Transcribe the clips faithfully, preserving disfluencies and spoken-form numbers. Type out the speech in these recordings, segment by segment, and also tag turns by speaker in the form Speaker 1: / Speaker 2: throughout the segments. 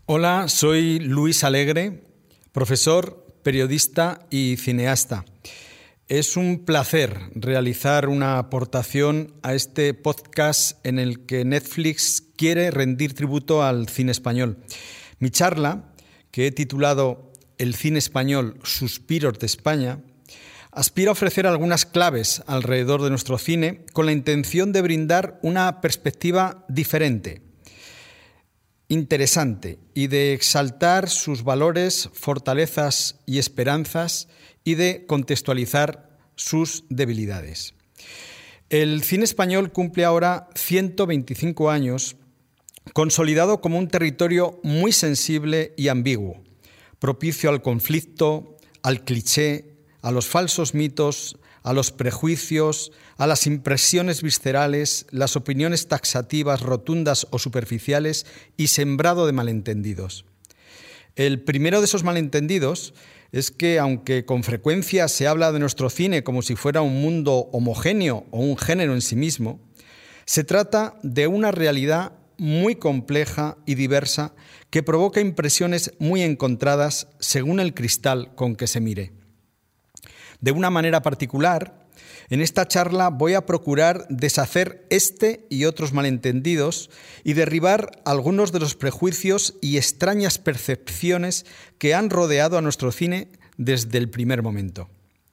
Speaker 1: Hola, soy Luis Alegre, profesor, periodista y cineasta. Es un placer realizar una aportación a este podcast en el que Netflix quiere rendir tributo al cine español. Mi charla, que he titulado El cine español, suspiros de España, aspira a ofrecer algunas claves alrededor de nuestro cine con la intención de brindar una perspectiva diferente, interesante y de exaltar sus valores, fortalezas y esperanzas y de contextualizar sus debilidades. El cine español cumple ahora ciento veinticinco años, consolidado como un territorio muy sensible y ambiguo, propicio al conflicto, al cliché, a los falsos mitos, a los prejuicios, a las impresiones viscerales, las opiniones taxativas, rotundas o superficiales y sembrado de malentendidos. El primero de esos malentendidos es que, aunque con frecuencia se habla de nuestro cine como si fuera un mundo homogéneo o un género en sí mismo, se trata de una realidad muy compleja y diversa que provoca impresiones muy encontradas según el cristal con que se mire. De una manera particular, en esta charla voy a procurar deshacer este y otros malentendidos y derribar algunos de los prejuicios y extrañas percepciones que han rodeado a nuestro cine desde el primer momento.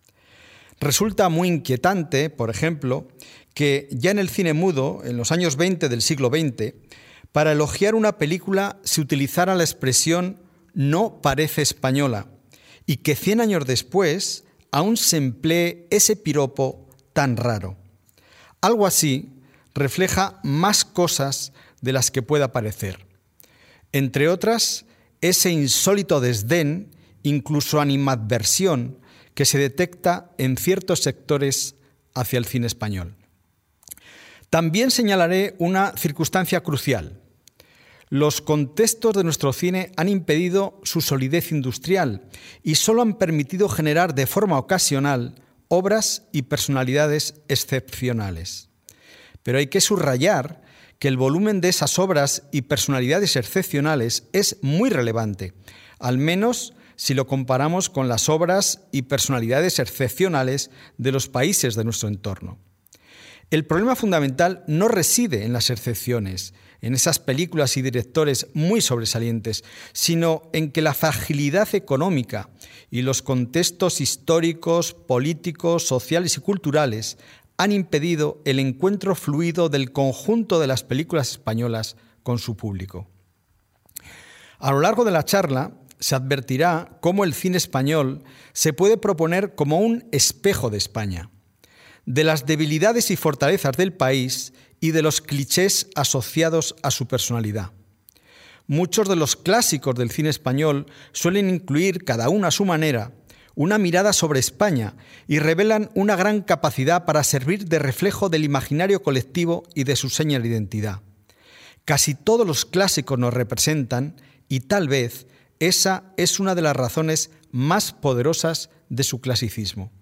Speaker 1: Resulta muy inquietante, por ejemplo, que ya en el cine mudo, en los años veinte del siglo veinte, para elogiar una película se utilizara la expresión «no parece española» y que cien años después aún se emplee ese piropo tan raro. Algo así refleja más cosas de las que pueda parecer. Entre otras, ese insólito desdén, incluso animadversión, que se detecta en ciertos sectores hacia el cine español. También señalaré una circunstancia crucial. Los contextos de nuestro cine han impedido su solidez industrial y solo han permitido generar de forma ocasional obras y personalidades excepcionales. Pero hay que subrayar que el volumen de esas obras y personalidades excepcionales es muy relevante, al menos si lo comparamos con las obras y personalidades excepcionales de los países de nuestro entorno. El problema fundamental no reside en las excepciones, en esas películas y directores muy sobresalientes, sino en que la fragilidad económica y los contextos históricos, políticos, sociales y culturales han impedido el encuentro fluido del conjunto de las películas españolas con su público. A lo largo de la charla se advertirá cómo el cine español se puede proponer como un espejo de España, de las debilidades y fortalezas del país y de los clichés asociados a su personalidad. Muchos de los clásicos del cine español suelen incluir, cada uno a su manera, una mirada sobre España y revelan una gran capacidad para servir de reflejo del imaginario colectivo y de su seña de identidad. Casi todos los clásicos nos representan y tal vez esa es una de las razones más poderosas de su clasicismo.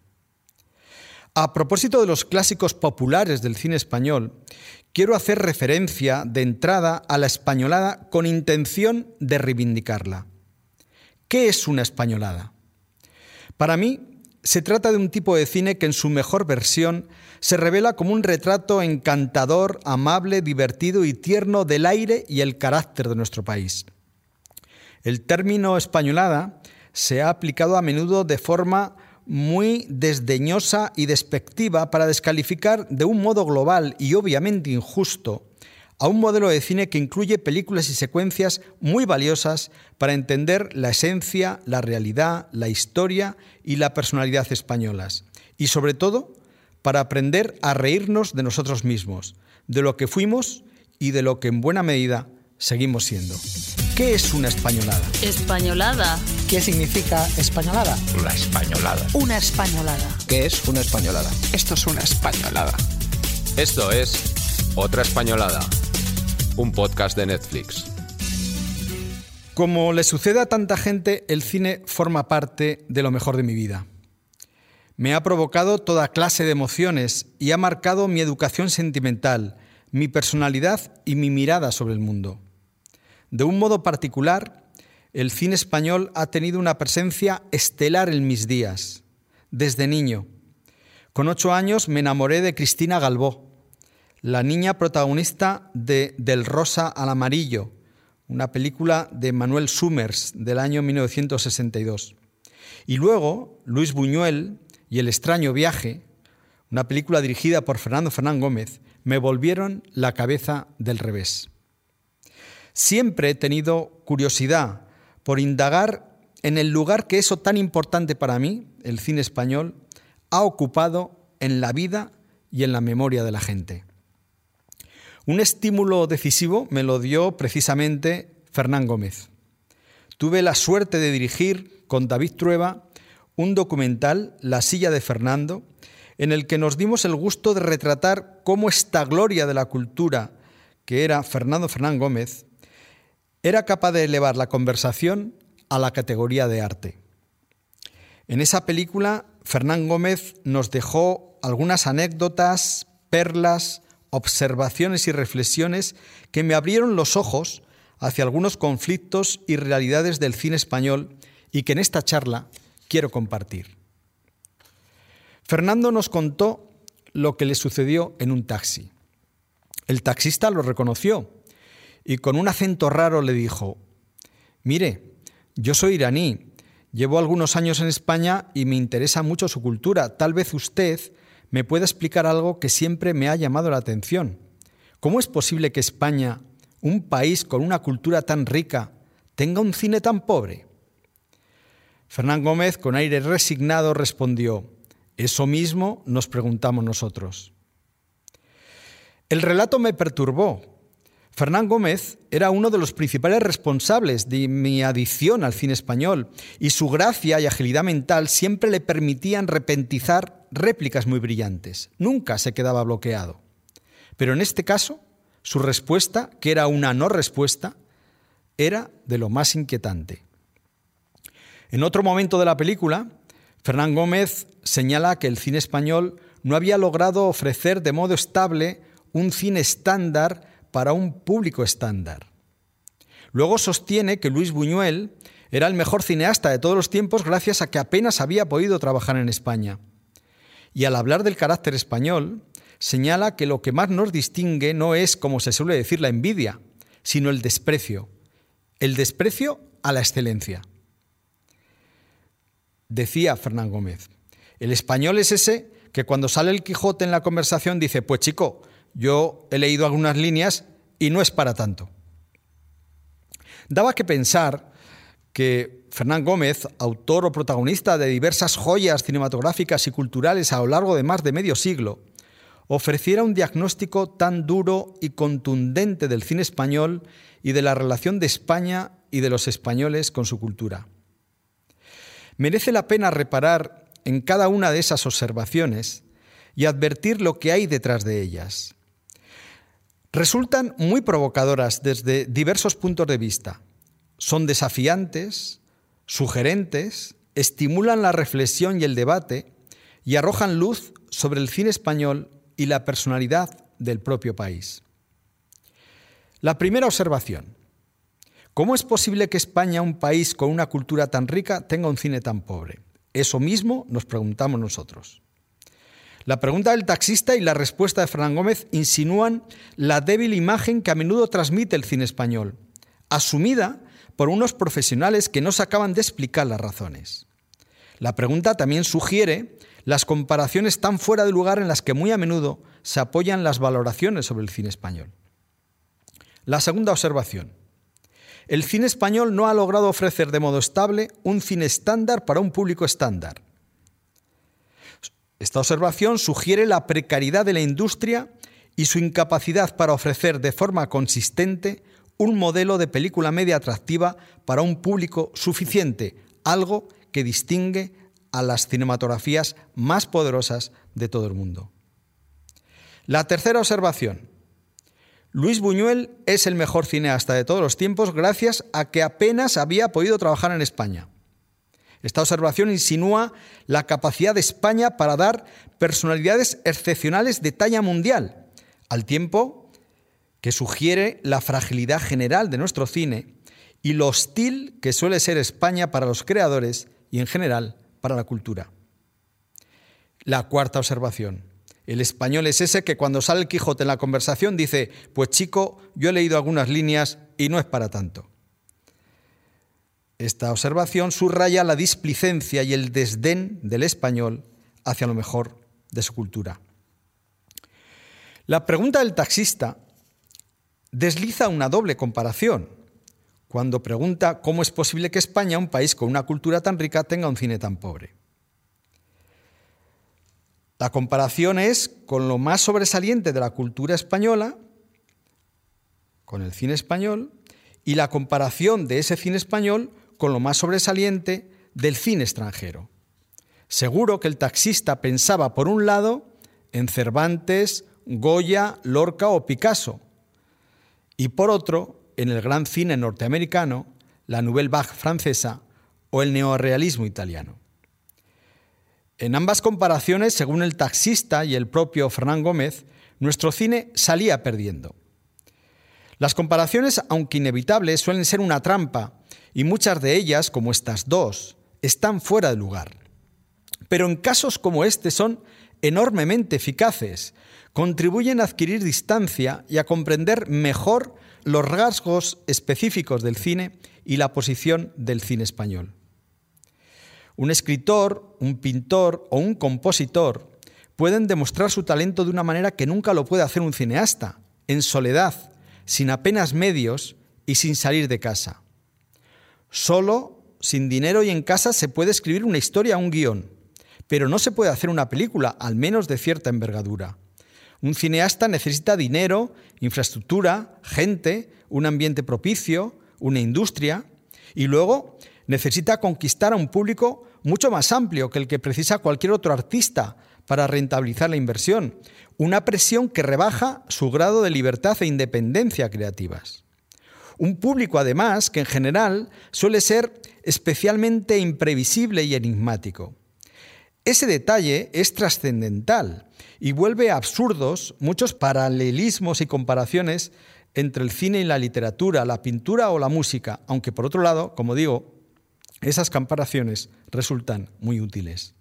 Speaker 1: A propósito de los clásicos populares del cine español, quiero hacer referencia de entrada a la españolada con intención de reivindicarla. ¿Qué es una españolada? Para mí, se trata de un tipo de cine que en su mejor versión se revela como un retrato encantador, amable, divertido y tierno del aire y el carácter de nuestro país. El término españolada se ha aplicado a menudo de forma muy desdeñosa y despectiva para descalificar de un modo global y obviamente injusto a un modelo de cine que incluye películas y secuencias muy valiosas para entender la esencia, la realidad, la historia y la personalidad españolas. Y sobre todo, para aprender a reírnos de nosotros mismos, de lo que fuimos y de lo que en buena medida seguimos siendo. ¿Qué es una españolada?
Speaker 2: Españolada.
Speaker 3: ¿Qué significa españolada?
Speaker 4: La españolada.
Speaker 2: Una españolada.
Speaker 4: ¿Qué es una españolada?
Speaker 3: Esto es una españolada.
Speaker 5: Esto es Otra Españolada, un podcast de Netflix.
Speaker 1: Como le sucede a tanta gente, el cine forma parte de lo mejor de mi vida. Me ha provocado toda clase de emociones y ha marcado mi educación sentimental, mi personalidad y mi mirada sobre el mundo. De un modo particular, el cine español ha tenido una presencia estelar en mis días, desde niño. Con ocho años me enamoré de Cristina Galbó, la niña protagonista de Del rosa al amarillo, una película de Manuel Summers del año mil novecientos sesenta y dos. Y luego Luis Buñuel y El extraño viaje, una película dirigida por Fernando Fernán Gómez, me volvieron la cabeza del revés. Siempre he tenido curiosidad por indagar en el lugar que eso tan importante para mí, el cine español, ha ocupado en la vida y en la memoria de la gente. Un estímulo decisivo me lo dio precisamente Fernán Gómez. Tuve la suerte de dirigir con David Trueba un documental, La silla de Fernando, en el que nos dimos el gusto de retratar cómo esta gloria de la cultura, que era Fernando Fernán Gómez, era capaz de elevar la conversación a la categoría de arte. En esa película, Fernán Gómez nos dejó algunas anécdotas, perlas, observaciones y reflexiones que me abrieron los ojos hacia algunos conflictos y realidades del cine español y que en esta charla quiero compartir. Fernando nos contó lo que le sucedió en un taxi. El taxista lo reconoció y con un acento raro le dijo: «Mire, yo soy iraní, llevo algunos años en España y me interesa mucho su cultura. Tal vez usted me pueda explicar algo que siempre me ha llamado la atención. ¿Cómo es posible que España, un país con una cultura tan rica, tenga un cine tan pobre?» Fernán Gómez, con aire resignado, respondió: «Eso mismo nos preguntamos nosotros». El relato me perturbó. Fernán Gómez era uno de los principales responsables de mi adicción al cine español y su gracia y agilidad mental siempre le permitían repentizar réplicas muy brillantes. Nunca se quedaba bloqueado. Pero en este caso, su respuesta, que era una no respuesta, era de lo más inquietante. En otro momento de la película, Fernán Gómez señala que el cine español no había logrado ofrecer de modo estable un cine estándar para un público estándar. Luego sostiene que Luis Buñuel era el mejor cineasta de todos los tiempos gracias a que apenas había podido trabajar en España. Y al hablar del carácter español, señala que lo que más nos distingue no es, como se suele decir, la envidia, sino el desprecio. El desprecio a la excelencia. Decía Fernán Gómez: el español es ese que cuando sale el Quijote en la conversación dice: pues chico, yo he leído algunas líneas y no es para tanto. Daba que pensar que Fernán Gómez, autor o protagonista de diversas joyas cinematográficas y culturales a lo largo de más de medio siglo, ofreciera un diagnóstico tan duro y contundente del cine español y de la relación de España y de los españoles con su cultura. Merece la pena reparar en cada una de esas observaciones y advertir lo que hay detrás de ellas. Resultan muy provocadoras desde diversos puntos de vista. Son desafiantes, sugerentes, estimulan la reflexión y el debate y arrojan luz sobre el cine español y la personalidad del propio país. La primera observación: ¿cómo es posible que España, un país con una cultura tan rica, tenga un cine tan pobre? Eso mismo nos preguntamos nosotros. La pregunta del taxista y la respuesta de Fernán Gómez insinúan la débil imagen que a menudo transmite el cine español, asumida por unos profesionales que no se acaban de explicar las razones. La pregunta también sugiere las comparaciones tan fuera de lugar en las que muy a menudo se apoyan las valoraciones sobre el cine español. La segunda observación: el cine español no ha logrado ofrecer de modo estable un cine estándar para un público estándar. Esta observación sugiere la precariedad de la industria y su incapacidad para ofrecer de forma consistente un modelo de película media atractiva para un público suficiente, algo que distingue a las cinematografías más poderosas de todo el mundo. La tercera observación: Luis Buñuel es el mejor cineasta de todos los tiempos gracias a que apenas había podido trabajar en España. Esta observación insinúa la capacidad de España para dar personalidades excepcionales de talla mundial, al tiempo que sugiere la fragilidad general de nuestro cine y lo hostil que suele ser España para los creadores y, en general, para la cultura. La cuarta observación. El español es ese que cuando sale el Quijote en la conversación dice: pues chico, yo he leído algunas líneas y no es para tanto. Esta observación subraya la displicencia y el desdén del español hacia lo mejor de su cultura. La pregunta del taxista desliza una doble comparación cuando pregunta cómo es posible que España, un país con una cultura tan rica, tenga un cine tan pobre. La comparación es con lo más sobresaliente de la cultura española, con el cine español, y la comparación de ese cine español con lo más sobresaliente del cine extranjero. Seguro que el taxista pensaba, por un lado, en Cervantes, Goya, Lorca o Picasso, y por otro, en el gran cine norteamericano, la Nouvelle Vague francesa o el neorrealismo italiano. En ambas comparaciones, según el taxista y el propio Fernán Gómez, nuestro cine salía perdiendo. Las comparaciones, aunque inevitables, suelen ser una trampa, y muchas de ellas, como estas dos, están fuera de lugar. Pero en casos como este son enormemente eficaces, contribuyen a adquirir distancia y a comprender mejor los rasgos específicos del cine y la posición del cine español. Un escritor, un pintor o un compositor pueden demostrar su talento de una manera que nunca lo puede hacer un cineasta, en soledad, sin apenas medios y sin salir de casa. Solo, sin dinero y en casa se puede escribir una historia o un guión, pero no se puede hacer una película, al menos de cierta envergadura. Un cineasta necesita dinero, infraestructura, gente, un ambiente propicio, una industria, y luego necesita conquistar a un público mucho más amplio que el que precisa cualquier otro artista para rentabilizar la inversión, una presión que rebaja su grado de libertad e independencia creativas. Un público, además, que en general suele ser especialmente imprevisible y enigmático. Ese detalle es trascendental y vuelve absurdos muchos paralelismos y comparaciones entre el cine y la literatura, la pintura o la música, aunque por otro lado, como digo, esas comparaciones resultan muy útiles.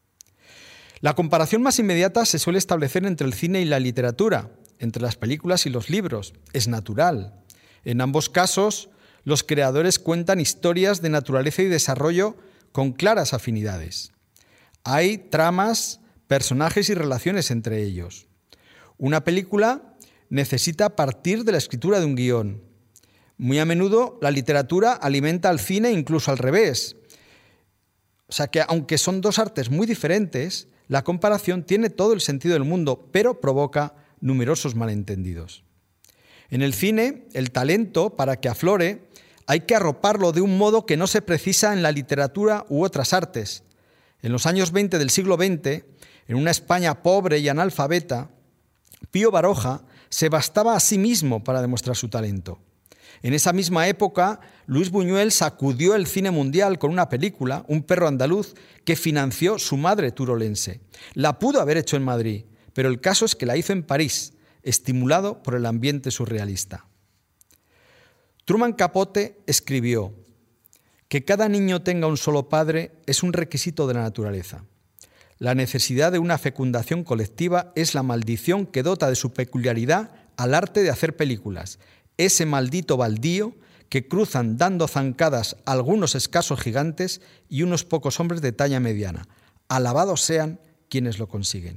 Speaker 1: La comparación más inmediata se suele establecer entre el cine y la literatura, entre las películas y los libros. Es natural. En ambos casos, los creadores cuentan historias de naturaleza y desarrollo con claras afinidades. Hay tramas, personajes y relaciones entre ellos. Una película necesita partir de la escritura de un guión. Muy a menudo la literatura alimenta al cine, incluso al revés. O sea que, aunque son dos artes muy diferentes, la comparación tiene todo el sentido del mundo, pero provoca numerosos malentendidos. En el cine, el talento, para que aflore, hay que arroparlo de un modo que no se precisa en la literatura u otras artes. En los años veinte del siglo veinte, en una España pobre y analfabeta, Pío Baroja se bastaba a sí mismo para demostrar su talento. En esa misma época, Luis Buñuel sacudió el cine mundial con una película, Un perro andaluz, que financió su madre turolense. La pudo haber hecho en Madrid, pero el caso es que la hizo en París, estimulado por el ambiente surrealista. Truman Capote escribió: que cada niño tenga un solo padre es un requisito de la naturaleza. La necesidad de una fecundación colectiva es la maldición que dota de su peculiaridad al arte de hacer películas, ese maldito baldío que cruzan dando zancadas algunos escasos gigantes y unos pocos hombres de talla mediana. Alabados sean quienes lo consiguen.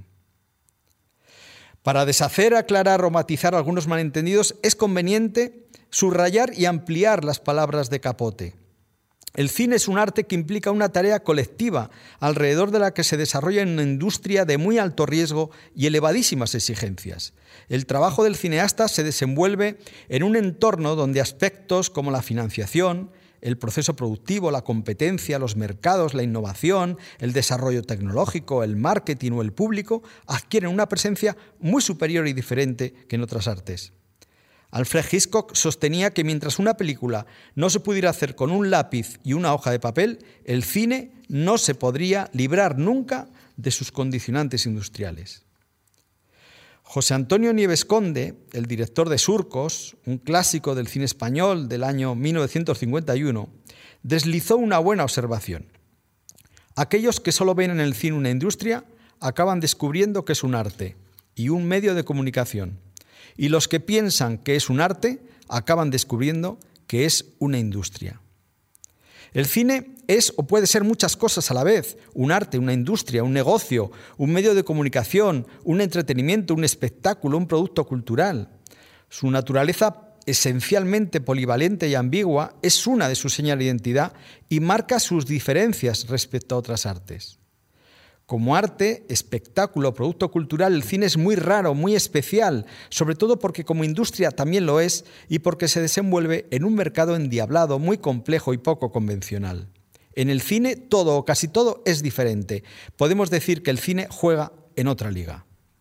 Speaker 1: Para deshacer, aclarar o matizar algunos malentendidos es conveniente subrayar y ampliar las palabras de Capote. El cine es un arte que implica una tarea colectiva alrededor de la que se desarrolla una industria de muy alto riesgo y elevadísimas exigencias. El trabajo del cineasta se desenvuelve en un entorno donde aspectos como la financiación, el proceso productivo, la competencia, los mercados, la innovación, el desarrollo tecnológico, el marketing o el público adquieren una presencia muy superior y diferente que en otras artes. Alfred Hitchcock sostenía que mientras una película no se pudiera hacer con un lápiz y una hoja de papel, el cine no se podría librar nunca de sus condicionantes industriales. José Antonio Nieves Conde, el director de Surcos, un clásico del cine español del año mil novecientos cincuenta y uno, deslizó una buena observación. Aquellos que solo ven en el cine una industria acaban descubriendo que es un arte y un medio de comunicación. Y los que piensan que es un arte acaban descubriendo que es una industria. El cine es o puede ser muchas cosas a la vez: un arte, una industria, un negocio, un medio de comunicación, un entretenimiento, un espectáculo, un producto cultural. Su naturaleza esencialmente polivalente y ambigua es una de sus señales de identidad y marca sus diferencias respecto a otras artes. Como arte, espectáculo, producto cultural, el cine es muy raro, muy especial, sobre todo porque como industria también lo es y porque se desenvuelve en un mercado endiablado, muy complejo y poco convencional. En el cine todo o casi todo es diferente. Podemos decir que el cine juega en otra liga.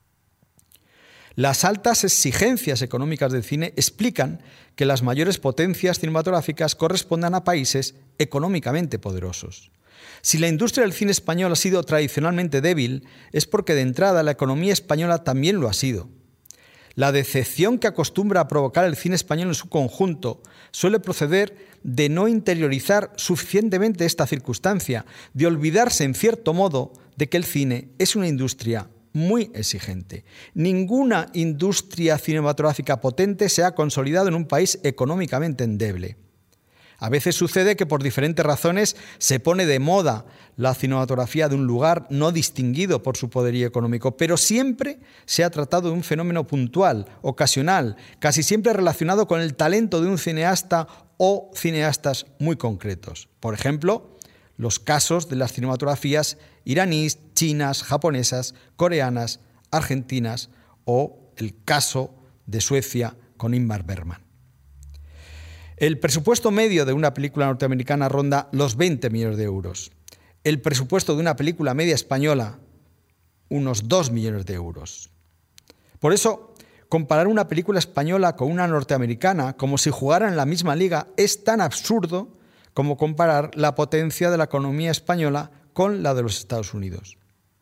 Speaker 1: Las altas exigencias económicas del cine explican que las mayores potencias cinematográficas correspondan a países económicamente poderosos. Si la industria del cine español ha sido tradicionalmente débil, es porque de entrada la economía española también lo ha sido. La decepción que acostumbra a provocar el cine español en su conjunto suele proceder de no interiorizar suficientemente esta circunstancia, de olvidarse en cierto modo de que el cine es una industria muy exigente. Ninguna industria cinematográfica potente se ha consolidado en un país económicamente endeble. A veces sucede que por diferentes razones se pone de moda la cinematografía de un lugar no distinguido por su poderío económico, pero siempre se ha tratado de un fenómeno puntual, ocasional, casi siempre relacionado con el talento de un cineasta o cineastas muy concretos. Por ejemplo, los casos de las cinematografías iraníes, chinas, japonesas, coreanas, argentinas o el caso de Suecia con Ingmar Bergman. El presupuesto medio de una película norteamericana ronda los veinte millones de euros. El presupuesto de una película media española, unos dos millones de euros. Por eso, comparar una película española con una norteamericana como si jugaran en la misma liga es tan absurdo como comparar la potencia de la economía española con la de los Estados Unidos.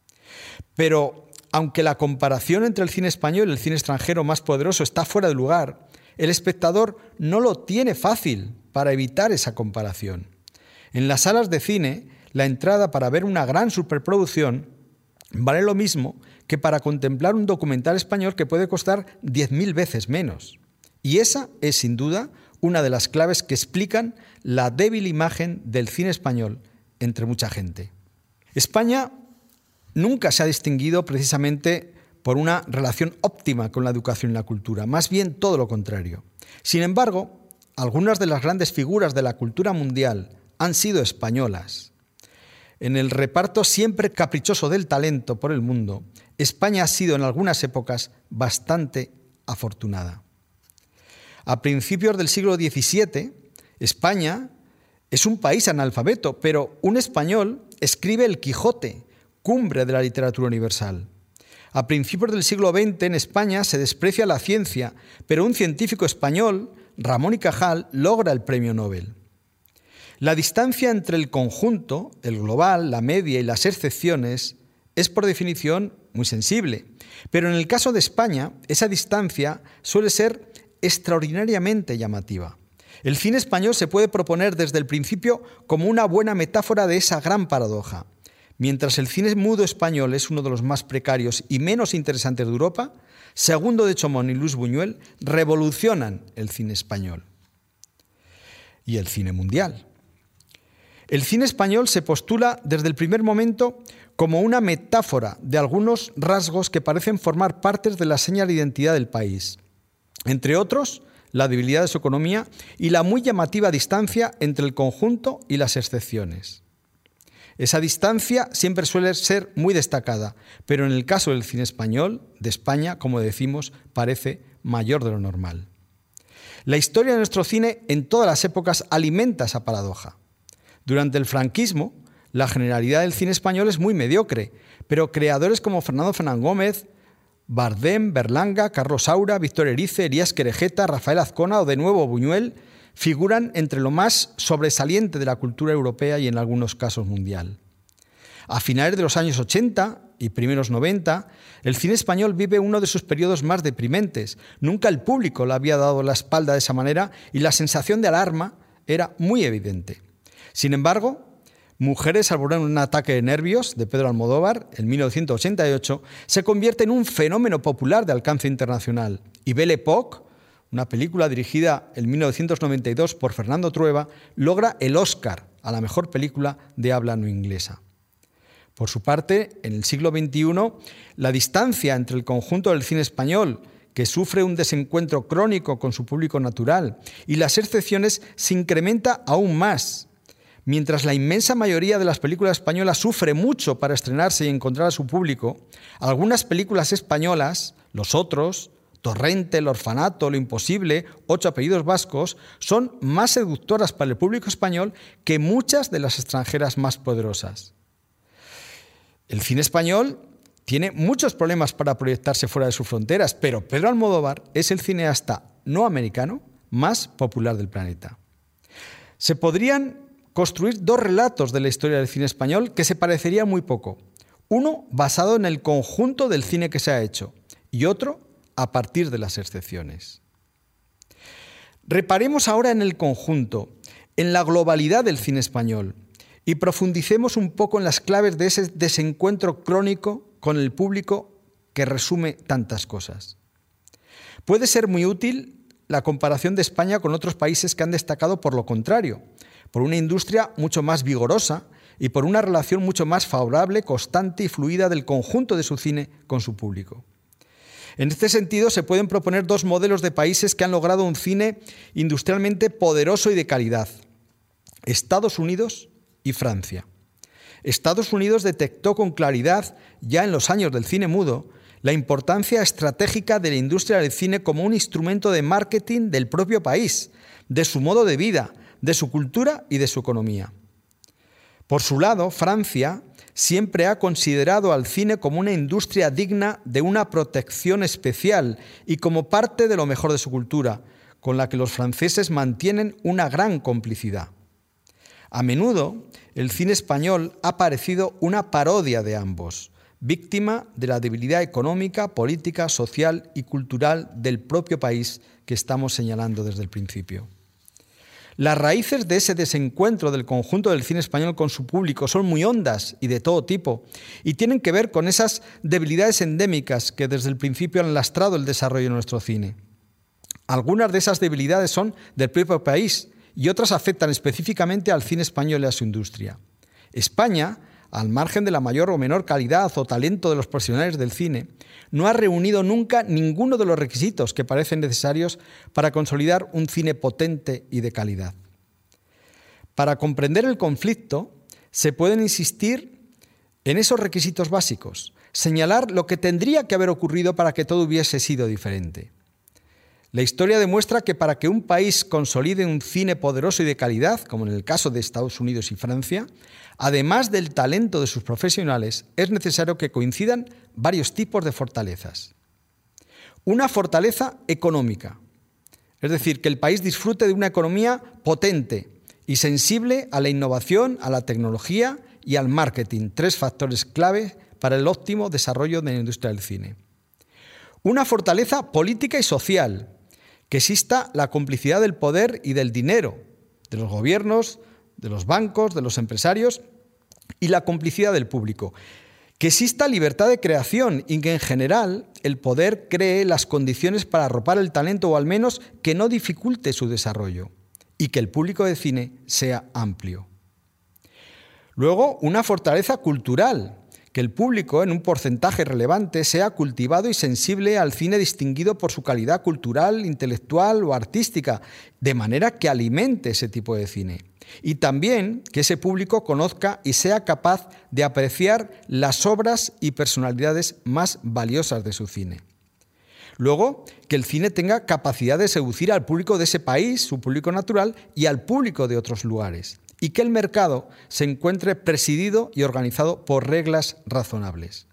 Speaker 1: Pero, aunque la comparación entre el cine español y el cine extranjero más poderoso está fuera de lugar, el espectador no lo tiene fácil para evitar esa comparación. En las salas de cine, la entrada para ver una gran superproducción vale lo mismo que para contemplar un documental español que puede costar diez mil veces menos. Y esa es, sin duda, una de las claves que explican la débil imagen del cine español entre mucha gente. España nunca se ha distinguido precisamente por una relación óptima con la educación y la cultura, más bien todo lo contrario. Sin embargo, algunas de las grandes figuras de la cultura mundial han sido españolas. En el reparto siempre caprichoso del talento por el mundo, España ha sido en algunas épocas bastante afortunada. A principios del siglo diecisiete, España es un país analfabeto, pero un español escribe El Quijote, cumbre de la literatura universal. A principios del siglo veinte en España se desprecia la ciencia, pero un científico español, Ramón y Cajal, logra el premio Nobel. La distancia entre el conjunto, el global, la media y las excepciones es por definición muy sensible, pero en el caso de España esa distancia suele ser extraordinariamente llamativa. El cine español se puede proponer desde el principio como una buena metáfora de esa gran paradoja. Mientras el cine mudo español es uno de los más precarios y menos interesantes de Europa, Segundo de Chomón y Luis Buñuel revolucionan el cine español y el cine mundial. El cine español se postula desde el primer momento como una metáfora de algunos rasgos que parecen formar partes de la seña de identidad del país. Entre otros, la debilidad de su economía y la muy llamativa distancia entre el conjunto y las excepciones. Esa distancia siempre suele ser muy destacada, pero en el caso del cine español, de España, como decimos, parece mayor de lo normal. La historia de nuestro cine en todas las épocas alimenta esa paradoja. Durante el franquismo, la generalidad del cine español es muy mediocre, pero creadores como Fernando Fernán Gómez, Bardem, Berlanga, Carlos Saura, Víctor Erice, Elías Querejeta, Rafael Azcona o de nuevo Buñuel figuran entre lo más sobresaliente de la cultura europea y en algunos casos mundial. A finales de los años ochenta, y primeros noventa, el cine español vive uno de sus periodos más deprimentes. Nunca el público le había dado la espalda de esa manera y la sensación de alarma era muy evidente. Sin embargo, Mujeres al borde de un ataque de nervios, de Pedro Almodóvar, en mil novecientos ochenta y ocho, se convierte en un fenómeno popular de alcance internacional. Y Belle Époque, una película dirigida en mil novecientos noventa y dos por Fernando Trueba, logra el Oscar a la mejor película de habla no inglesa. Por su parte, en el siglo veintiuno, la distancia entre el conjunto del cine español, que sufre un desencuentro crónico con su público natural, y las excepciones se incrementa aún más. Mientras la inmensa mayoría de las películas españolas sufre mucho para estrenarse y encontrar a su público, algunas películas españolas, Los Otros, Torrente, El Orfanato, Lo Imposible, Ocho apellidos vascos, son más seductoras para el público español que muchas de las extranjeras más poderosas. El cine español tiene muchos problemas para proyectarse fuera de sus fronteras, pero Pedro Almodóvar es el cineasta no americano más popular del planeta. Se podrían construir dos relatos de la historia del cine español que se parecerían muy poco. Uno basado en el conjunto del cine que se ha hecho y otro a partir de las excepciones. Reparemos ahora en el conjunto, en la globalidad del cine español y profundicemos un poco en las claves de ese desencuentro crónico con el público que resume tantas cosas. Puede ser muy útil la comparación de España con otros países que han destacado por lo contrario, por una industria mucho más vigorosa y por una relación mucho más favorable, constante y fluida del conjunto de su cine con su público. En este sentido, se pueden proponer dos modelos de países que han logrado un cine industrialmente poderoso y de calidad: Estados Unidos y Francia. Estados Unidos detectó con claridad, ya en los años del cine mudo, la importancia estratégica de la industria del cine como un instrumento de marketing del propio país, de su modo de vida, de su cultura y de su economía. Por su lado, Francia siempre ha considerado al cine como una industria digna de una protección especial y como parte de lo mejor de su cultura, con la que los franceses mantienen una gran complicidad. A menudo, el cine español ha parecido una parodia de ambos, víctima de la debilidad económica, política, social y cultural del propio país que estamos señalando desde el principio. Las raíces de ese desencuentro del conjunto del cine español con su público son muy hondas y de todo tipo, y tienen que ver con esas debilidades endémicas que desde el principio han lastrado el desarrollo de nuestro cine. Algunas de esas debilidades son del propio país y otras afectan específicamente al cine español y a su industria. España, al margen de la mayor o menor calidad o talento de los profesionales del cine, no ha reunido nunca ninguno de los requisitos que parecen necesarios para consolidar un cine potente y de calidad. Para comprender el conflicto, se pueden insistir en esos requisitos básicos, señalar lo que tendría que haber ocurrido para que todo hubiese sido diferente. La historia demuestra que para que un país consolide un cine poderoso y de calidad, como en el caso de Estados Unidos y Francia, además del talento de sus profesionales, es necesario que coincidan varios tipos de fortalezas. Una fortaleza económica, es decir, que el país disfrute de una economía potente y sensible a la innovación, a la tecnología y al marketing, tres factores clave para el óptimo desarrollo de la industria del cine. Una fortaleza política y social, que exista la complicidad del poder y del dinero, de los gobiernos, de los bancos, de los empresarios y la complicidad del público. Que exista libertad de creación y que en general el poder cree las condiciones para arropar el talento o al menos que no dificulte su desarrollo y que el público de cine sea amplio. Luego, una fortaleza cultural, que el público, en un porcentaje relevante, sea cultivado y sensible al cine distinguido por su calidad cultural, intelectual o artística, de manera que alimente ese tipo de cine. Y también que ese público conozca y sea capaz de apreciar las obras y personalidades más valiosas de su cine. Luego, que el cine tenga capacidad de seducir al público de ese país, su público natural, y al público de otros lugares. Y que el mercado se encuentre presidido y organizado por reglas razonables.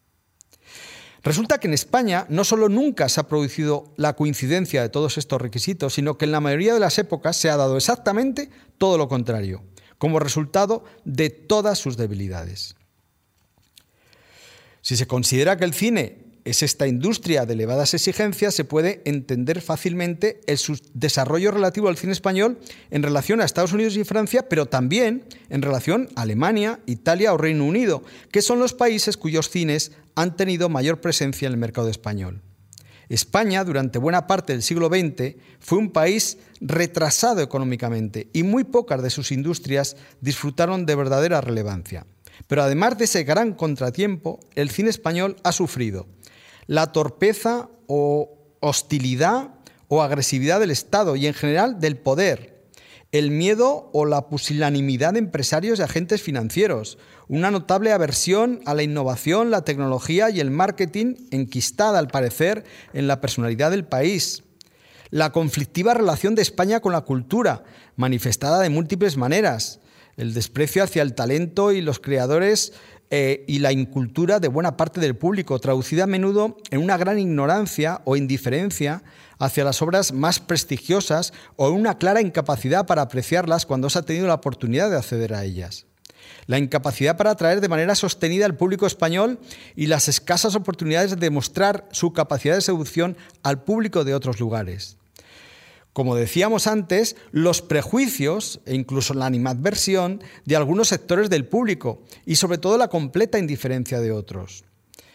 Speaker 1: Resulta que en España no solo nunca se ha producido la coincidencia de todos estos requisitos, sino que en la mayoría de las épocas se ha dado exactamente todo lo contrario, como resultado de todas sus debilidades. Si se considera que el cine es esta industria de elevadas exigencias, se puede entender fácilmente el desarrollo relativo al cine español en relación a Estados Unidos y Francia, pero también en relación a Alemania, Italia o Reino Unido, que son los países cuyos cines han tenido mayor presencia en el mercado español. España, durante buena parte del siglo veinte, fue un país retrasado económicamente y muy pocas de sus industrias disfrutaron de verdadera relevancia. Pero además de ese gran contratiempo, el cine español ha sufrido la torpeza o hostilidad o agresividad del Estado y en general del poder, el miedo o la pusilanimidad de empresarios y agentes financieros, una notable aversión a la innovación, la tecnología y el marketing enquistada, al parecer, en la personalidad del país, la conflictiva relación de España con la cultura, manifestada de múltiples maneras, el desprecio hacia el talento y los creadores eh, y la incultura de buena parte del público, traducida a menudo en una gran ignorancia o indiferencia hacia las obras más prestigiosas o en una clara incapacidad para apreciarlas cuando se ha tenido la oportunidad de acceder a ellas. La incapacidad para atraer de manera sostenida al público español y las escasas oportunidades de demostrar su capacidad de seducción al público de otros lugares. Como decíamos antes, los prejuicios e incluso la animadversión de algunos sectores del público y sobre todo la completa indiferencia de otros.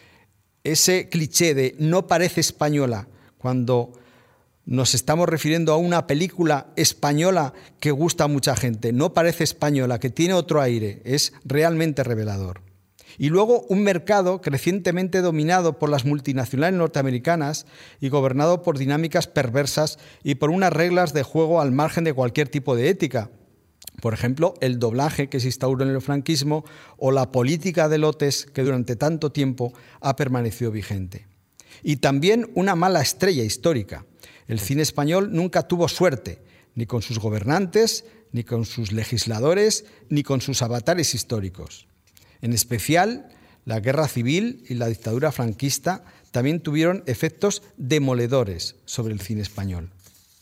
Speaker 1: Ese cliché de no parece española cuando nos estamos refiriendo a una película española que gusta a mucha gente, no parece española, que tiene otro aire, es realmente revelador. Y luego un mercado crecientemente dominado por las multinacionales norteamericanas y gobernado por dinámicas perversas y por unas reglas de juego al margen de cualquier tipo de ética. Por ejemplo, el doblaje que se instauró en el franquismo o la política de lotes que durante tanto tiempo ha permanecido vigente. Y también una mala estrella histórica. El cine español nunca tuvo suerte, ni con sus gobernantes, ni con sus legisladores, ni con sus avatares históricos. En especial, la guerra civil y la dictadura franquista también tuvieron efectos demoledores sobre el cine español.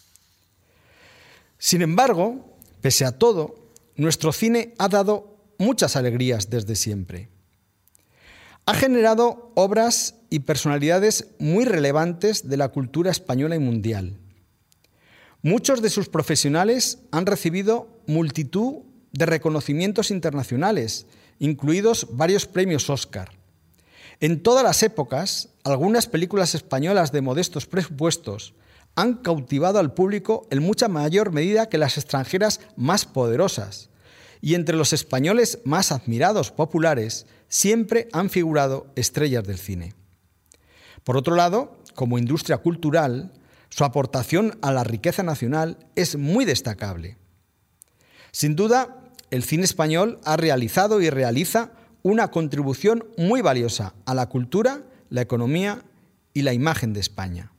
Speaker 1: Sin embargo, pese a todo, nuestro cine ha dado muchas alegrías desde siempre. Ha generado obras y personalidades muy relevantes de la cultura española y mundial. Muchos de sus profesionales han recibido multitud de reconocimientos internacionales, incluidos varios premios Oscar. En todas las épocas, algunas películas españolas de modestos presupuestos han cautivado al público en mucha mayor medida que las extranjeras más poderosas, y entre los españoles más admirados populares siempre han figurado estrellas del cine. Por otro lado, como industria cultural, su aportación a la riqueza nacional es muy destacable. Sin duda, el cine español ha realizado y realiza una contribución muy valiosa a la cultura, la economía y la imagen de España.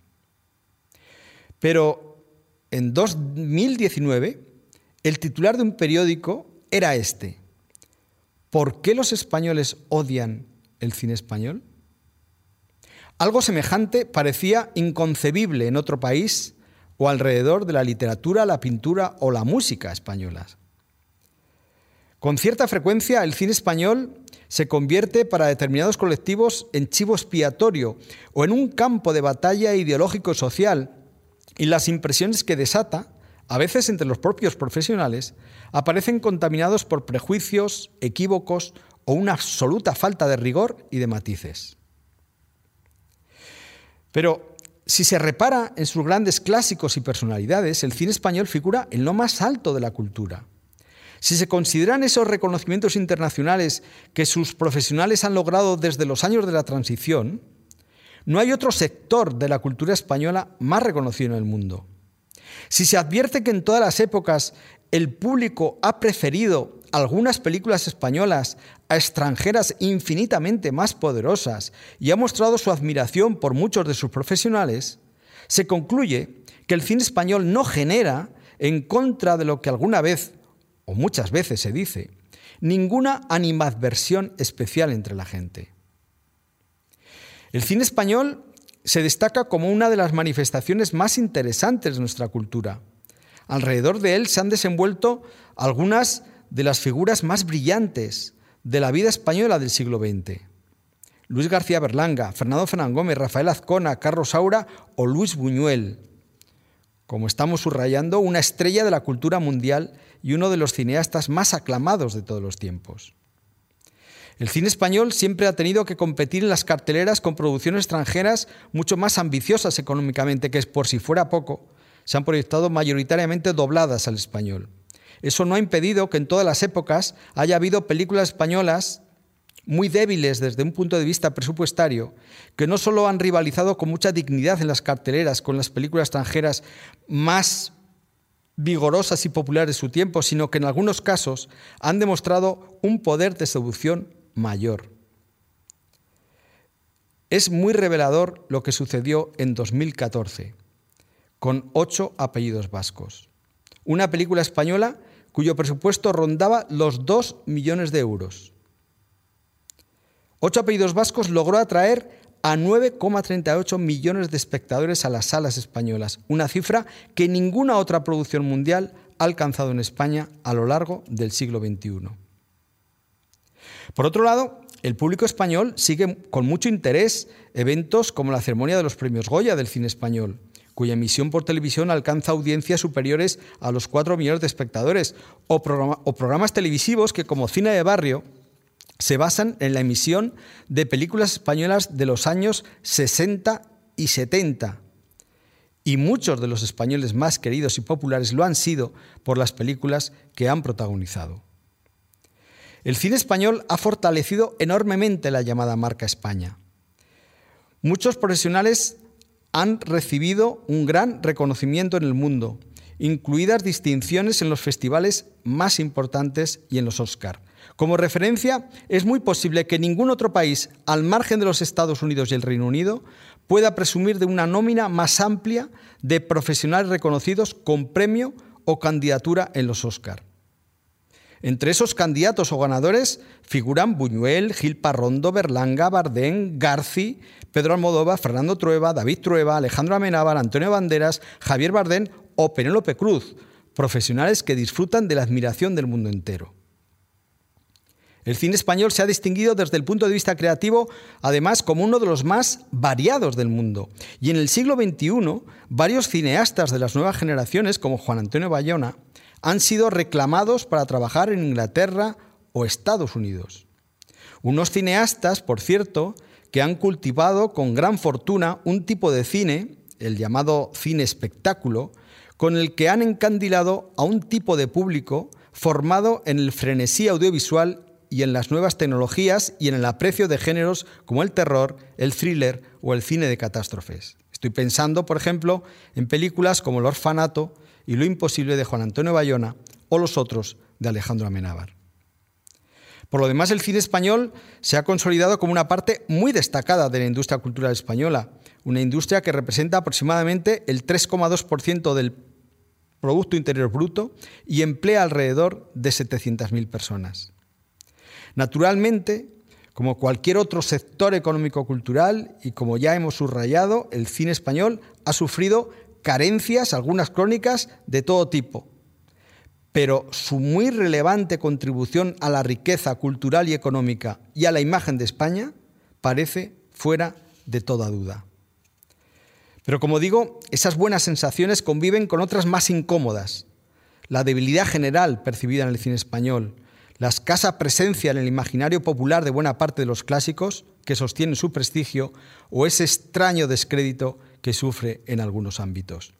Speaker 1: Pero en dos mil diecinueve, el titular de un periódico era este: ¿por qué los españoles odian el cine español? Algo semejante parecía inconcebible en otro país o alrededor de la literatura, la pintura o la música españolas. Con cierta frecuencia, el cine español se convierte para determinados colectivos en chivo expiatorio o en un campo de batalla ideológico social, y las impresiones que desata, a veces entre los propios profesionales, aparecen contaminados por prejuicios, equívocos o una absoluta falta de rigor y de matices. Pero si se repara en sus grandes clásicos y personalidades, el cine español figura en lo más alto de la cultura. Si se consideran esos reconocimientos internacionales que sus profesionales han logrado desde los años de la transición, no hay otro sector de la cultura española más reconocido en el mundo. Si se advierte que en todas las épocas el público ha preferido algunas películas españolas a extranjeras infinitamente más poderosas y ha mostrado su admiración por muchos de sus profesionales, se concluye que el cine español no genera, en contra de lo que alguna vez o muchas veces se dice, ninguna animadversión especial entre la gente. El cine español se destaca como una de las manifestaciones más interesantes de nuestra cultura. Alrededor de él se han desenvuelto algunas de las figuras más brillantes de la vida española del siglo veinte. Luis García Berlanga, Fernando Fernán Gómez, Rafael Azcona, Carlos Saura o Luis Buñuel. Como estamos subrayando, una estrella de la cultura mundial y uno de los cineastas más aclamados de todos los tiempos. El cine español siempre ha tenido que competir en las carteleras con producciones extranjeras mucho más ambiciosas económicamente, que por si fuera poco, se han proyectado mayoritariamente dobladas al español. Eso no ha impedido que en todas las épocas haya habido películas españolas muy débiles desde un punto de vista presupuestario, que no solo han rivalizado con mucha dignidad en las carteleras con las películas extranjeras más vigorosas y populares de su tiempo, sino que en algunos casos han demostrado un poder de seducción mayor. Es muy revelador lo que sucedió en dos mil catorce, con Ocho apellidos vascos, una película española cuyo presupuesto rondaba los dos millones de euros. Ocho apellidos vascos logró atraer a nueve coma treinta y ocho millones de espectadores a las salas españolas, una cifra que ninguna otra producción mundial ha alcanzado en España a lo largo del siglo veintiuno. Por otro lado, el público español sigue con mucho interés eventos como la ceremonia de los premios Goya del cine español, cuya emisión por televisión alcanza audiencias superiores a los cuatro millones de espectadores, o, programa, o programas televisivos que, como Cine de Barrio, se basan en la emisión de películas españolas de los años sesenta y setenta. Y muchos de los españoles más queridos y populares lo han sido por las películas que han protagonizado. El cine español ha fortalecido enormemente la llamada marca España. Muchos profesionales han recibido un gran reconocimiento en el mundo, incluidas distinciones en los festivales más importantes y en los Oscar. Como referencia, es muy posible que ningún otro país, al margen de los Estados Unidos y el Reino Unido, pueda presumir de una nómina más amplia de profesionales reconocidos con premio o candidatura en los Oscar. Entre esos candidatos o ganadores figuran Buñuel, Gil Parrondo, Berlanga, Bardem, Garci, Pedro Almodóvar, Fernando Trueba, David Trueba, Alejandro Amenábar, Antonio Banderas, Javier Bardem o Penélope Cruz, profesionales que disfrutan de la admiración del mundo entero. El cine español se ha distinguido desde el punto de vista creativo, además, como uno de los más variados del mundo. Y en el siglo veintiuno, varios cineastas de las nuevas generaciones, como Juan Antonio Bayona, han sido reclamados para trabajar en Inglaterra o Estados Unidos. Unos cineastas, por cierto, que han cultivado con gran fortuna un tipo de cine, el llamado cine espectáculo, con el que han encandilado a un tipo de público formado en el frenesí audiovisual y en las nuevas tecnologías y en el aprecio de géneros como el terror, el thriller o el cine de catástrofes. Estoy pensando, por ejemplo, en películas como El orfanato y Lo imposible de Juan Antonio Bayona o Los otros de Alejandro Amenábar. Por lo demás, el cine español se ha consolidado como una parte muy destacada de la industria cultural española, una industria que representa aproximadamente el tres coma dos por ciento del Producto Interior Bruto y emplea alrededor de setecientas mil personas. Naturalmente, como cualquier otro sector económico-cultural y como ya hemos subrayado, el cine español ha sufrido carencias, algunas crónicas, de todo tipo. Pero su muy relevante contribución a la riqueza cultural y económica y a la imagen de España parece fuera de toda duda. Pero como digo, esas buenas sensaciones conviven con otras más incómodas. La debilidad general percibida en el cine español, la escasa presencia en el imaginario popular de buena parte de los clásicos que sostienen su prestigio o ese extraño descrédito que sufre en algunos ámbitos.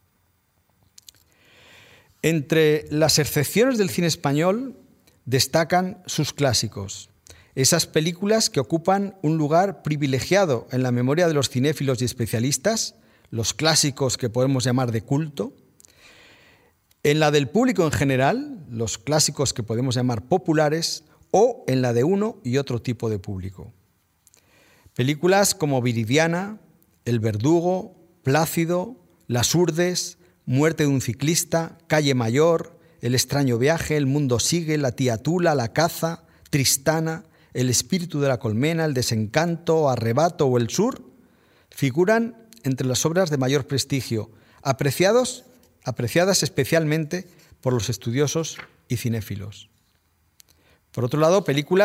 Speaker 1: Entre las excepciones del cine español destacan sus clásicos, esas películas que ocupan un lugar privilegiado en la memoria de los cinéfilos y especialistas, los clásicos que podemos llamar de culto, en la del público en general, los clásicos que podemos llamar populares, o en la de uno y otro tipo de público. Películas como Viridiana, El verdugo, Plácido, Las Urdes, Muerte de un ciclista, Calle Mayor, El extraño viaje, El mundo sigue, La tía Tula, La caza, Tristana, El espíritu de la colmena, El desencanto, Arrebato o El sur, figuran entre las obras de mayor prestigio, apreciados apreciadas especialmente por los estudiosos y cinéfilos. Por otro lado, películas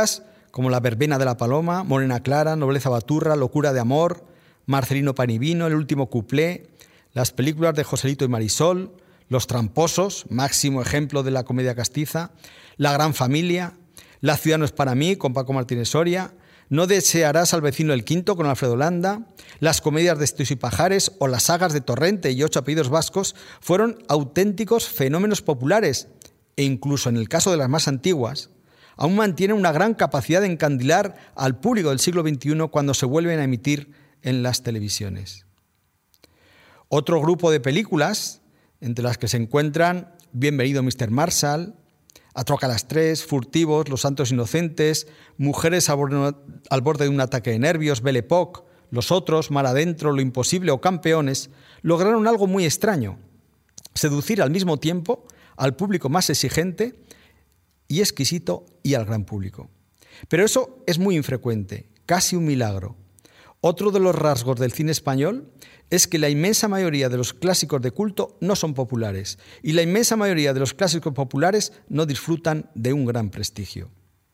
Speaker 1: como La verbena de la paloma, Morena Clara, Nobleza baturra, Locura de amor, Marcelino Panivino, El último cuplé, las películas de Joselito y Marisol, Los tramposos, máximo ejemplo de la comedia castiza, La gran familia, La ciudad no es para mí, con Paco Martínez Soria, No desearás al vecino el quinto, con Alfredo Landa, las comedias de Estos y Pajares o las sagas de Torrente y Ocho apellidos vascos fueron auténticos fenómenos populares e incluso en el caso de las más antiguas, aún mantienen una gran capacidad de encandilar al público del siglo veintiuno cuando se vuelven a emitir en las televisiones. Otro grupo de películas, entre las que se encuentran Bienvenido mister Marshall, Atroca a las tres, Furtivos, Los santos inocentes, Mujeres al borde de un ataque de nervios, Belle Époque, Los otros, Mar adentro, Lo imposible o Campeones, lograron algo muy extraño: seducir al mismo tiempo al público más exigente y exquisito y al gran público. Pero eso es muy infrecuente, casi un milagro. Otro de los rasgos del cine español es que la inmensa mayoría de los clásicos de culto no son populares y la inmensa mayoría de los clásicos populares no disfrutan de un gran prestigio.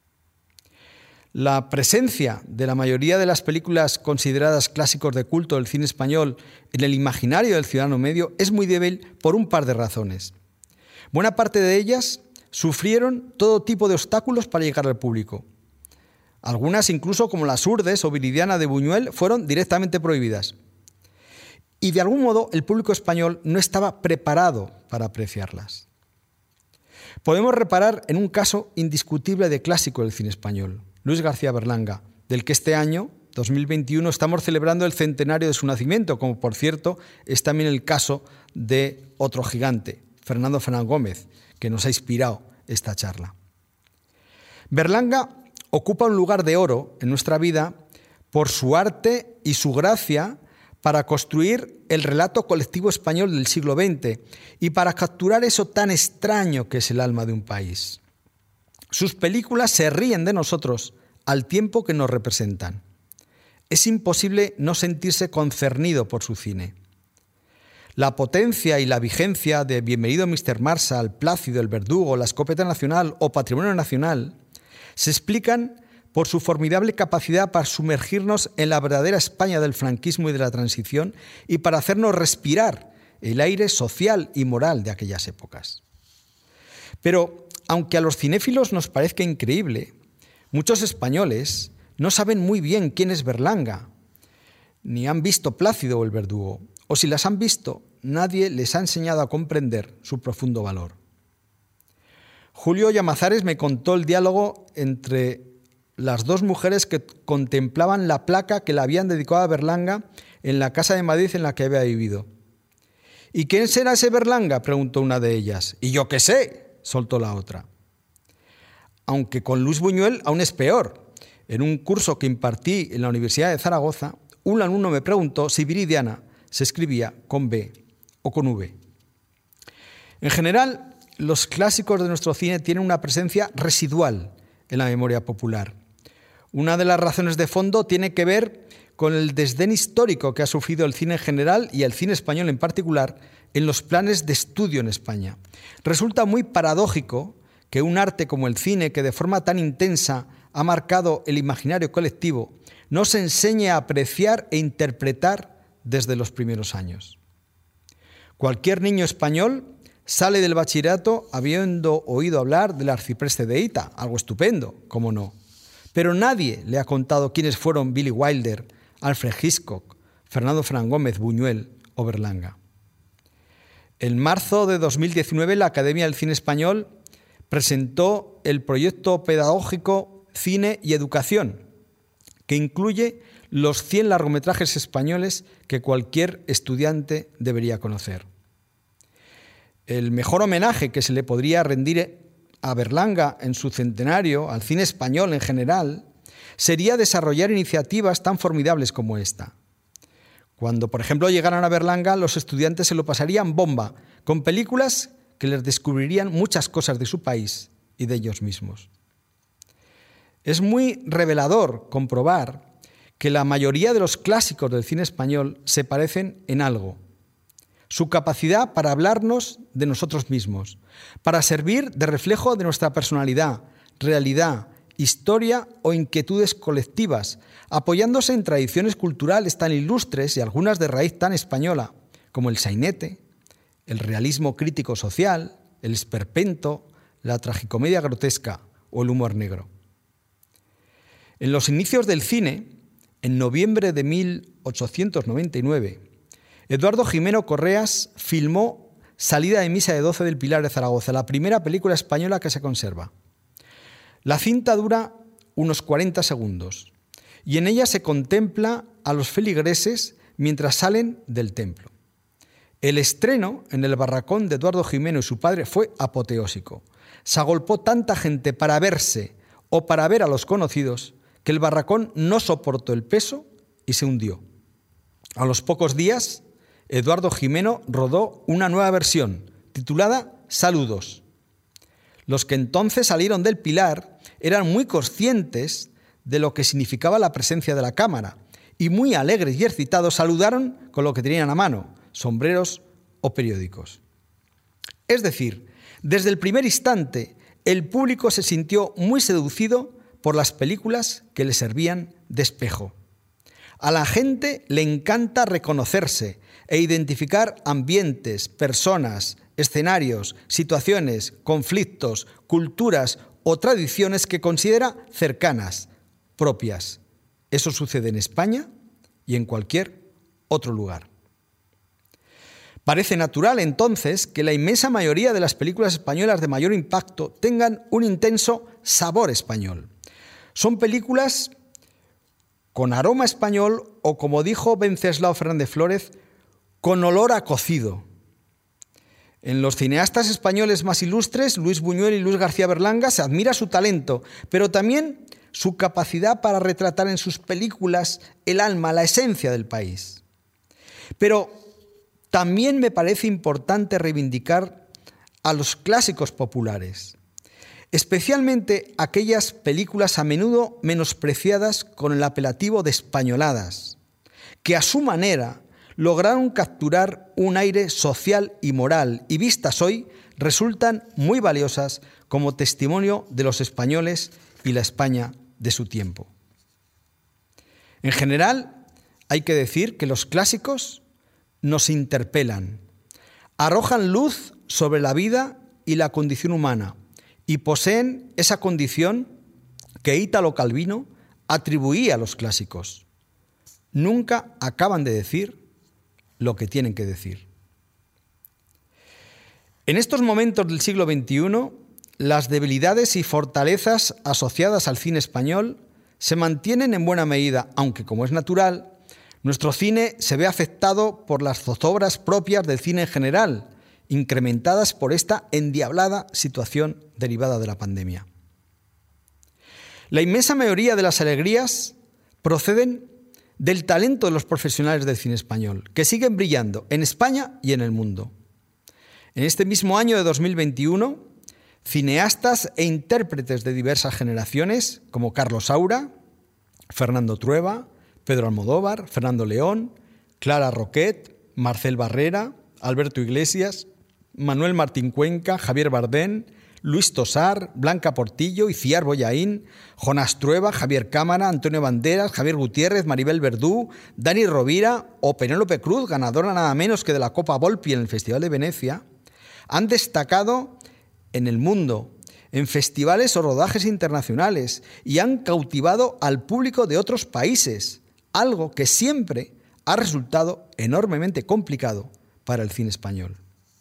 Speaker 1: La presencia de la mayoría de las películas consideradas clásicos de culto del cine español en el imaginario del ciudadano medio es muy débil por un par de razones. Buena parte de ellas sufrieron todo tipo de obstáculos para llegar al público. Algunas, incluso como Las Urdes o Viridiana de Buñuel, fueron directamente prohibidas. Y de algún modo el público español no estaba preparado para apreciarlas. Podemos reparar en un caso indiscutible de clásico del cine español, Luis García Berlanga, del que este año, dos mil veintiuno, estamos celebrando el centenario de su nacimiento, como por cierto es también el caso de otro gigante, Fernando Fernán Gómez, que nos ha inspirado esta charla. Berlanga ocupa un lugar de oro en nuestra vida por su arte y su gracia para construir el relato colectivo español del siglo veinte y para capturar eso tan extraño que es el alma de un país. Sus películas se ríen de nosotros al tiempo que nos representan. Es imposible no sentirse concernido por su cine. La potencia y la vigencia de Bienvenido mister Marshall, Plácido, El verdugo, La escopeta nacional o Patrimonio nacional se explican por su formidable capacidad para sumergirnos en la verdadera España del franquismo y de la transición y para hacernos respirar el aire social y moral de aquellas épocas. Pero, aunque a los cinéfilos nos parezca increíble, muchos españoles no saben muy bien quién es Berlanga, ni han visto Plácido o El verdugo, o si las han visto, nadie les ha enseñado a comprender su profundo valor. Julio Llamazares me contó el diálogo entre las dos mujeres que contemplaban la placa que le habían dedicado a Berlanga en la casa de Madrid en la que había vivido. ¿Y quién será ese Berlanga?, preguntó una de ellas. «¿Y yo qué sé?», soltó la otra. Aunque con Luis Buñuel aún es peor. En un curso que impartí en la Universidad de Zaragoza, un alumno me preguntó si Viridiana se escribía con B o con V. En general, los clásicos de nuestro cine tienen una presencia residual en la memoria popular. Una de las razones de fondo tiene que ver con el desdén histórico que ha sufrido el cine en general y el cine español en particular en los planes de estudio en España. Resulta muy paradójico que un arte como el cine, que de forma tan intensa ha marcado el imaginario colectivo, no se enseñe a apreciar e interpretar desde los primeros años. Cualquier niño español sale del bachillerato habiendo oído hablar del arcipreste de Ita, algo estupendo, cómo no. Pero nadie le ha contado quiénes fueron Billy Wilder, Alfred Hitchcock, Fernando Fernán Gómez, Buñuel o Berlanga. En marzo de dos mil diecinueve, la Academia del Cine Español presentó el proyecto pedagógico Cine y Educación, que incluye los cien largometrajes españoles que cualquier estudiante debería conocer. El mejor homenaje que se le podría rendir a Berlanga en su centenario, al cine español en general, sería desarrollar iniciativas tan formidables como esta. Cuando, por ejemplo, llegaran a Berlanga, los estudiantes se lo pasarían bomba, con películas que les descubrirían muchas cosas de su país y de ellos mismos. Es muy revelador comprobar que la mayoría de los clásicos del cine español se parecen en algo. Su capacidad para hablarnos de nosotros mismos, para servir de reflejo de nuestra personalidad, realidad historia o inquietudes colectivas, apoyándose en tradiciones culturales tan ilustres y algunas de raíz tan española, como el sainete, el realismo crítico social, el esperpento, la tragicomedia grotesca o el humor negro. En los inicios del cine, en noviembre de mil ochocientos noventa y nueve, Eduardo Jimeno Correas filmó Salida de misa de doce del Pilar de Zaragoza, la primera película española que se conserva. La cinta dura unos cuarenta segundos y en ella se contempla a los feligreses mientras salen del templo. El estreno en el barracón de Eduardo Jimeno y su padre fue apoteósico. Se agolpó tanta gente para verse o para ver a los conocidos que el barracón no soportó el peso y se hundió. A los pocos días, Eduardo Jimeno rodó una nueva versión, titulada Saludos. Los que entonces salieron del Pilar eran muy conscientes de lo que significaba la presencia de la cámara y muy alegres y excitados saludaron con lo que tenían a mano, sombreros o periódicos. Es decir, desde el primer instante, el público se sintió muy seducido por las películas que le servían de espejo. A la gente le encanta reconocerse e identificar ambientes, personas, escenarios, situaciones, conflictos, culturas o tradiciones que considera cercanas, propias. Eso sucede en España y en cualquier otro lugar. Parece natural, entonces, que la inmensa mayoría de las películas españolas de mayor impacto tengan un intenso sabor español. Son películas con aroma español o, como dijo Venceslao Fernández Flórez, con olor a cocido. En los cineastas españoles más ilustres, Luis Buñuel y Luis García Berlanga, se admira su talento, pero también su capacidad para retratar en sus películas el alma, la esencia del país. Pero también me parece importante reivindicar a los clásicos populares, especialmente aquellas películas a menudo menospreciadas con el apelativo de españoladas, que a su manera lograron capturar un aire social y moral y vistas hoy resultan muy valiosas como testimonio de los españoles y la España de su tiempo. En general, hay que decir que los clásicos nos interpelan, arrojan luz sobre la vida y la condición humana y poseen esa condición que Ítalo Calvino atribuía a los clásicos. Nunca acaban de decir lo que tienen que decir. En estos momentos del siglo veintiuno, las debilidades y fortalezas asociadas al cine español se mantienen en buena medida, aunque, como es natural, nuestro cine se ve afectado por las zozobras propias del cine en general, incrementadas por esta endiablada situación derivada de la pandemia. La inmensa mayoría de las alegrías proceden del talento de los profesionales del cine español, que siguen brillando en España y en el mundo. En este mismo año de dos mil veintiuno, cineastas e intérpretes de diversas generaciones, como Carlos Saura, Fernando Trueba, Pedro Almodóvar, Fernando León, Clara Roquet, Marcel Barrera, Alberto Iglesias, Manuel Martín Cuenca, Javier Bardem, Luis Tosar, Blanca Portillo, Iciar Bollaín, Jonás Trueba, Javier Cámara, Antonio Banderas, Javier Gutiérrez, Maribel Verdú, Dani Rovira o Penélope Cruz, ganadora nada menos que de la Copa Volpi en el Festival de Venecia, han destacado en el mundo, en festivales o rodajes internacionales y han cautivado al público de otros países, algo que siempre ha resultado enormemente complicado para el cine español.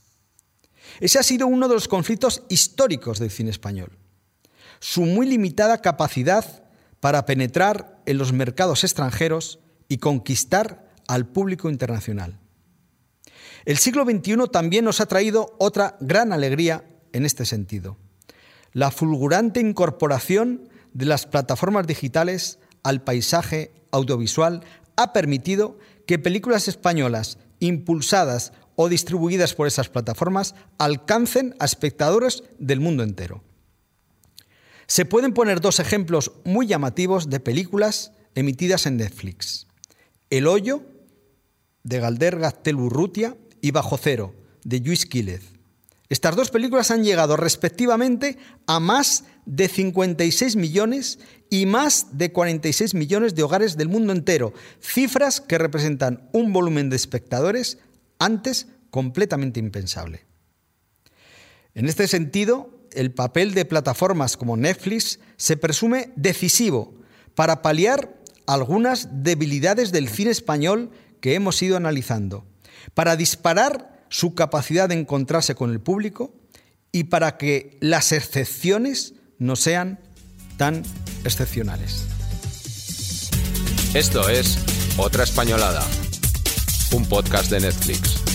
Speaker 1: Ese ha sido uno de los conflictos históricos del cine español, su muy limitada capacidad para penetrar en los mercados extranjeros y conquistar al público internacional. El siglo veintiuno también nos ha traído otra gran alegría en este sentido: la fulgurante incorporación de las plataformas digitales al paisaje audiovisual ha permitido que películas españolas impulsadas o distribuidas por esas plataformas alcancen a espectadores del mundo entero. Se pueden poner dos ejemplos muy llamativos de películas emitidas en Netflix: El Hoyo, de Galder Gaztelu-Urrutia, y Bajo Cero, de Lluís Quílez. Estas dos películas han llegado respectivamente a más de cincuenta y seis millones y más de cuarenta y seis millones de hogares del mundo entero, cifras que representan un volumen de espectadores antes completamente impensable. En este sentido, el papel de plataformas como Netflix se presume decisivo para paliar algunas debilidades del cine español que hemos ido analizando, para disparar su capacidad de encontrarse con el público y para que las excepciones no sean tan excepcionales.
Speaker 5: Esto es Otra Españolada, un podcast de Netflix.